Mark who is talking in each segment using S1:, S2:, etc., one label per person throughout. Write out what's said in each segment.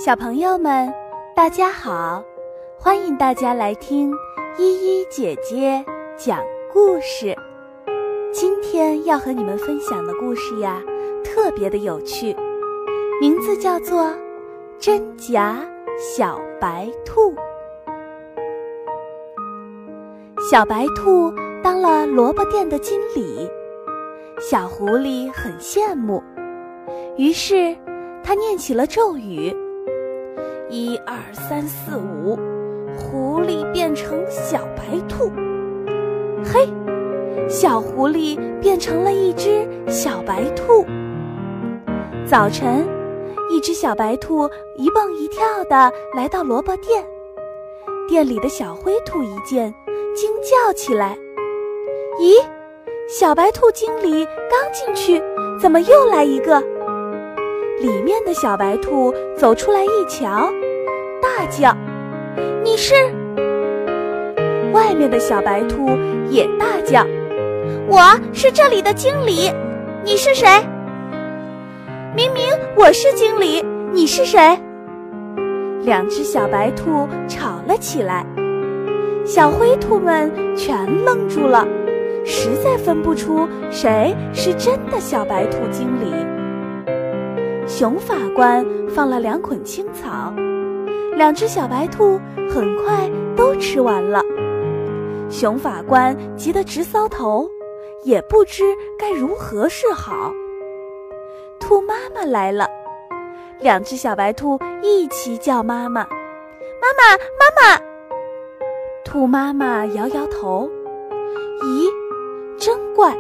S1: 小朋友们，大家好，欢迎大家来听依依姐姐讲故事。今天要和你们分享的故事呀，特别的有趣，名字叫做《真假小白兔》。小白兔当了萝卜店的经理，小狐狸很羡慕，于是他念起了咒语：1、2、3、4、5，狐狸变成小白兔。嘿，小狐狸变成了一只小白兔。早晨，一只小白兔一蹦一跳地来到萝卜店，店里的小灰兔一见，惊叫起来：咦，小白兔经理刚进去，怎么又来一个？里面的小白兔走出来一瞧，大叫：你是？外面的小白兔也大叫：我是这里的经理，你是谁？明明我是经理，你是谁？两只小白兔吵了起来，小灰兔们全愣住了，实在分不出谁是真的小白兔经理。熊法官放了2捆青草，两只小白兔很快都吃完了。熊法官急得直搔头，也不知该如何是好。兔妈妈来了，两只小白兔一起叫妈妈：妈妈，妈妈！兔妈妈摇摇头：咦，真怪。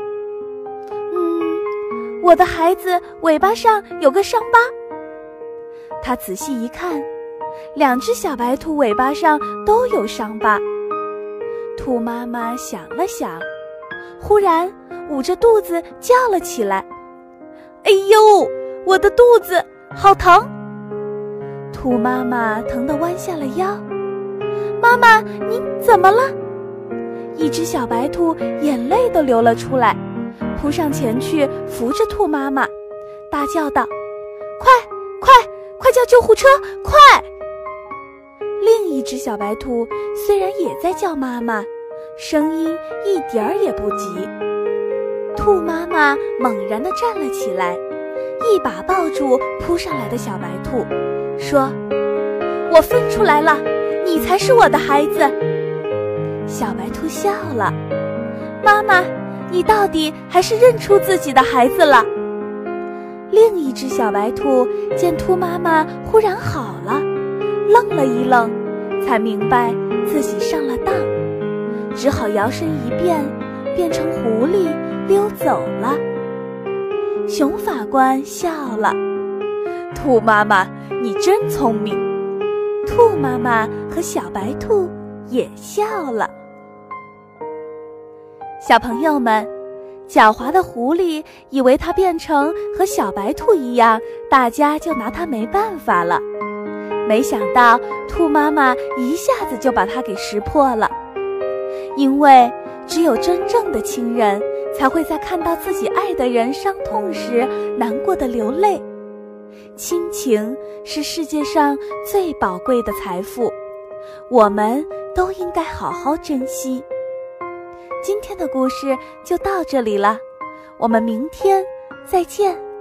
S1: 我的孩子尾巴上有个伤疤。他仔细一看，两只小白兔尾巴上都有伤疤。兔妈妈想了想，忽然捂着肚子叫了起来：哎呦，我的肚子好疼！兔妈妈疼得弯下了腰。妈妈，你怎么了？一只小白兔眼泪都流了出来，扑上前去扶着兔妈妈，大叫道：快叫救护车，快！另一只小白兔虽然也在叫妈妈，声音一点儿也不急。兔妈妈猛然地站了起来，一把抱住扑上来的小白兔，说：我分出来了，你才是我的孩子。小白兔笑了：妈妈，你到底还是认出自己的孩子了。另一只小白兔见兔妈妈忽然好了，愣了一愣，才明白自己上了当，只好摇身一变，变成狐狸溜走了。熊法官笑了：兔妈妈，你真聪明。兔妈妈和小白兔也笑了。小朋友们，狡猾的狐狸以为它变成和小白兔一样，大家就拿它没办法了。没想到兔妈妈一下子就把它给识破了。因为只有真正的亲人才会在看到自己爱的人伤痛时难过的流泪。亲情是世界上最宝贵的财富，我们都应该好好珍惜。今天的故事就到这里了，我们明天再见。